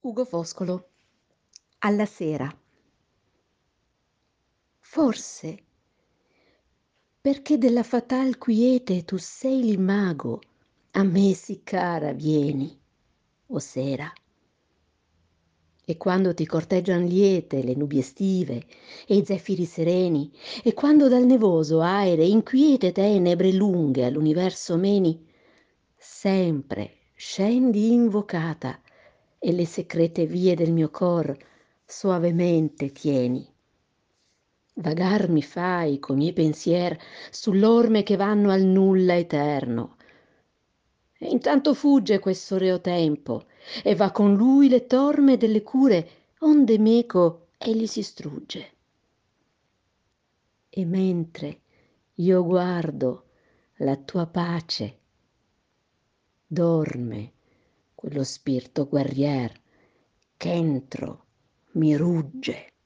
Ugo Foscolo. Alla sera. Forse perché della fatal quiete tu sei il mago, a me sì cara vieni, o sera. E quando ti corteggian liete le nubi estive e i zeffiri sereni, e quando dal nevoso aere inquiete tenebre lunghe all'universo meni, sempre scendi invocata e le secrete vie del mio cor soavemente tieni. Vagar mi fai co miei pensier sull'orme che vanno al nulla eterno. E intanto fugge questo reo tempo e va con lui le torme delle cure onde meco egli si strugge. E mentre io guardo la tua pace, dorme quello spirito guerrier che entro mi rugge.